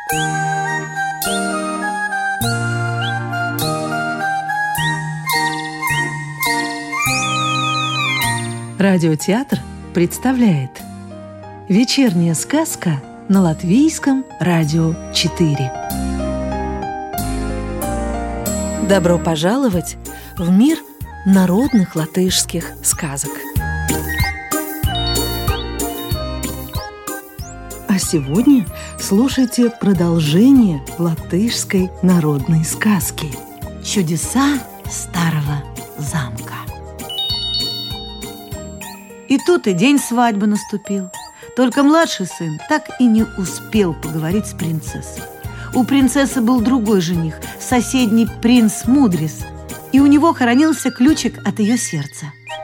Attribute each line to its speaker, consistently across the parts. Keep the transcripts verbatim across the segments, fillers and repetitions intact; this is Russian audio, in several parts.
Speaker 1: Радиотеатр представляет «Вечерняя сказка» на Латвийском радио четыре. Добро пожаловать в мир народных латышских сказок. А сегодня слушайте продолжение латышской народной сказки «Чудеса старого замка».
Speaker 2: И тут и день свадьбы наступил. Только младший сын так и не успел поговорить с принцессой. У принцессы был другой жених, соседний принц Мудрис, и у него хоронился ключик от ее сердца.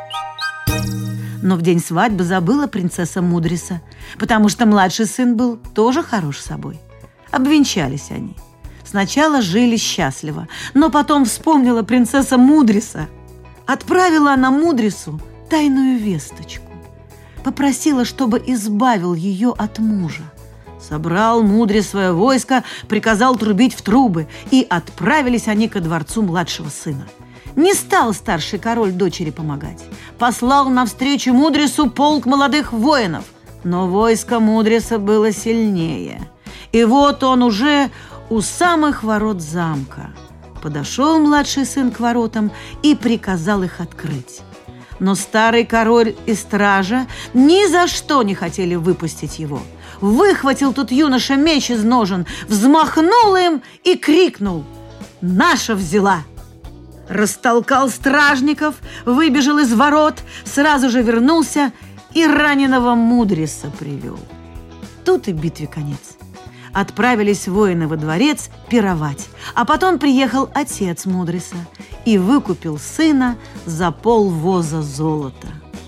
Speaker 2: Но в день свадьбы забыла принцесса Мудриса, потому что младший сын был тоже хорош собой. Обвенчались они. Сначала жили счастливо, но потом вспомнила принцесса Мудриса. Отправила она Мудрису тайную весточку. Попросила, чтобы избавил ее от мужа. Собрал Мудрис свое войско, приказал трубить в трубы, и отправились они ко дворцу младшего сына. Не стал старший король дочери помогать. Послал навстречу Мудрису полк молодых воинов. Но войско Мудриса было сильнее. И вот он уже у самых ворот замка. Подошел младший сын к воротам и приказал их открыть. Но старый король и стража ни за что не хотели выпустить его. Выхватил тут юноша меч из ножен, взмахнул им и крикнул: «Наша взяла!» Растолкал стражников, выбежал из ворот, сразу же вернулся и раненого Мудриса привел. Тут и битве конец. Отправились воины во дворец пировать, а потом приехал отец Мудриса и выкупил сына за полвоза золота.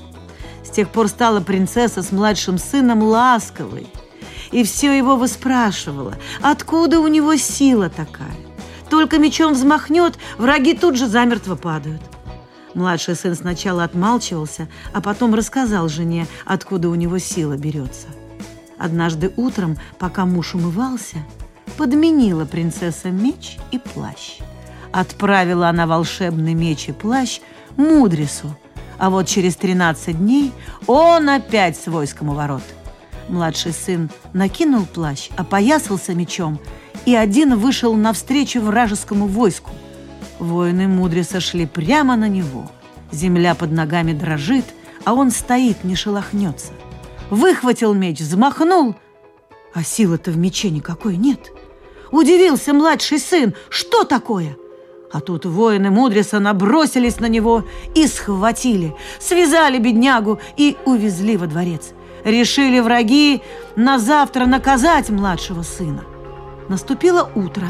Speaker 2: С тех пор стала принцесса с младшим сыном ласковой, и все его выспрашивала, откуда у него сила такая. Только мечом взмахнет, враги тут же замертво падают. Младший сын сначала отмалчивался, а потом рассказал жене, откуда у него сила берется. Однажды утром, пока муж умывался, подменила принцесса меч и плащ. Отправила она волшебный меч и плащ Мудрису, а вот через тринадцать дней он опять с войском у ворот. Младший сын накинул плащ, опоясался мечом и один вышел навстречу вражескому войску. Воины Мудриса шли прямо на него. Земля под ногами дрожит, а он стоит, не шелохнется. Выхватил меч, взмахнул, а силы-то в мече никакой нет. Удивился младший сын, что такое? А тут воины Мудриса набросились на него и схватили, связали беднягу и увезли во дворец. Решили враги на завтра наказать младшего сына. Наступило утро.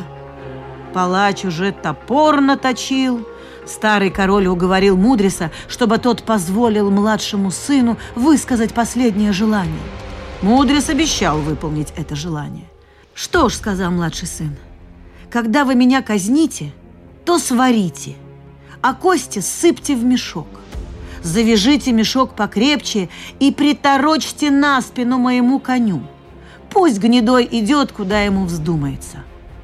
Speaker 2: Палач уже топор наточил. Старый король уговорил Мудриса, чтобы тот позволил младшему сыну высказать последнее желание. Мудрис обещал выполнить это желание. «Что ж, — сказал младший сын, — когда вы меня казните, то сварите, а кости сыпьте в мешок. Завяжите мешок покрепче и приторочьте на спину моему коню. Пусть гнедой идет, куда ему вздумается».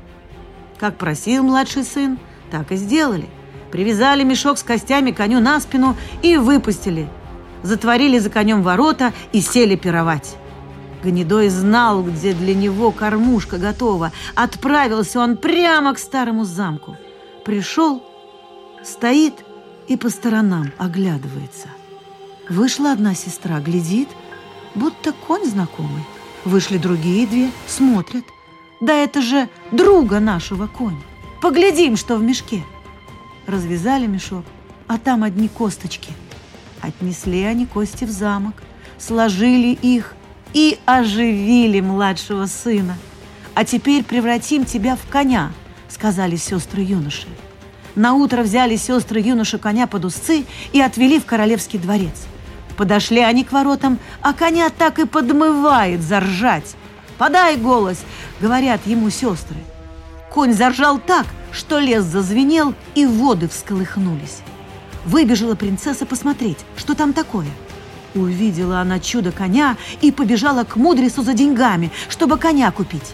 Speaker 2: Как просил младший сын, так и сделали. Привязали мешок с костями коню на спину и выпустили. Затворили за конем ворота и сели пировать. Гнедой знал, где для него кормушка готова. Отправился он прямо к старому замку. Пришел, стоит и по сторонам оглядывается. Вышла одна сестра, глядит, будто конь знакомый. Вышли другие две, смотрят. Да это же друга нашего конь. Поглядим, что в мешке. Развязали мешок, а там одни косточки. Отнесли они кости в замок, сложили их и оживили младшего сына. «А теперь превратим тебя в коня», — сказали сестры юноши. Наутро взяли сестры юноши коня под узцы и отвели в королевский дворец. Подошли они к воротам, а коня так и подмывает заржать. «Подай голос», — говорят ему сестры. Конь заржал так, что лес зазвенел, и воды всколыхнулись. Выбежала принцесса посмотреть, что там такое. Увидела она чудо коня и побежала к Мудрису за деньгами, чтобы коня купить.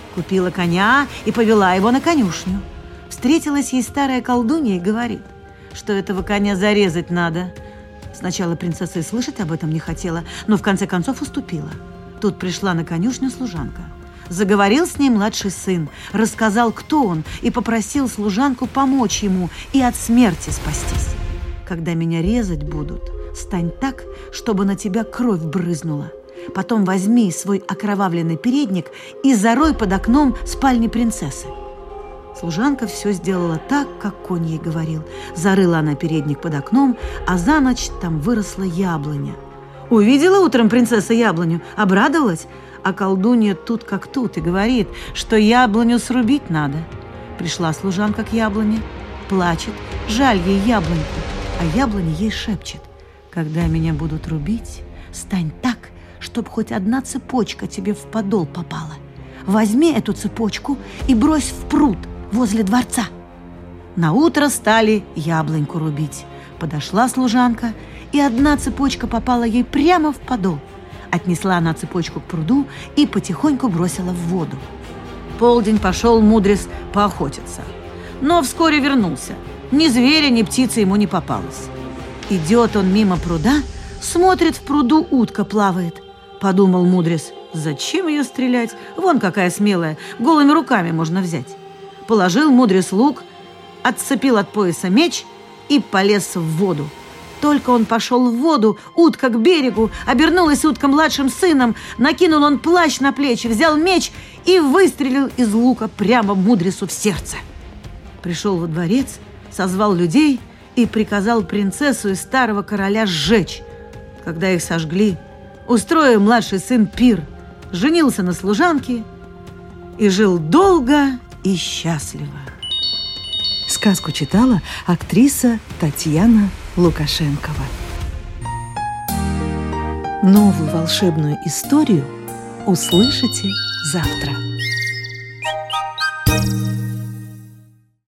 Speaker 2: Купила коня и повела его на конюшню. Встретилась ей старая колдунья и говорит, что этого коня зарезать надо. Сначала принцесса и слышать об этом не хотела, но в конце концов уступила. Тут пришла на конюшню служанка. Заговорил с ней младший сын, рассказал, кто он, и попросил служанку помочь ему и от смерти спастись. «Когда меня резать будут, стань так, чтобы на тебя кровь брызнула. Потом возьми свой окровавленный передник и зарой под окном спальни принцессы». Служанка все сделала так, как конь ей говорил. Зарыла она передник под окном, а за ночь там выросла яблоня. Увидела утром принцесса яблоню, обрадовалась, а колдунья тут как тут и говорит, что яблоню срубить надо. Пришла служанка к яблоне, плачет, жаль ей яблоньку, а яблоня ей шепчет: «Когда меня будут рубить, стань так, чтоб хоть одна цепочка тебе в подол попала. Возьми эту цепочку и брось в пруд возле дворца». Наутро стали яблоньку рубить. Подошла служанка, и одна цепочка попала ей прямо в подол. Отнесла она цепочку к пруду и потихоньку бросила в воду. Полдень пошел мудрец поохотиться, но вскоре вернулся. Ни зверя, ни птицы ему не попалось. Идет он мимо пруда, смотрит, в пруду утка плавает. Подумал мудрец: зачем ее стрелять? Вон какая смелая, голыми руками можно взять. Положил мудрец лук, отцепил от пояса меч и полез в воду. Только он пошел в воду, утка к берегу, обернулась утка младшим сыном, накинул он плащ на плечи, взял меч и выстрелил из лука прямо мудрецу в сердце. Пришел во дворец, созвал людей и приказал принцессу и старого короля сжечь. Когда их сожгли, устроил младший сын пир, женился на служанке и жил долго и счастливо.
Speaker 1: Сказку читала актриса Татьяна Лукашенкова. Новую волшебную историю услышите завтра.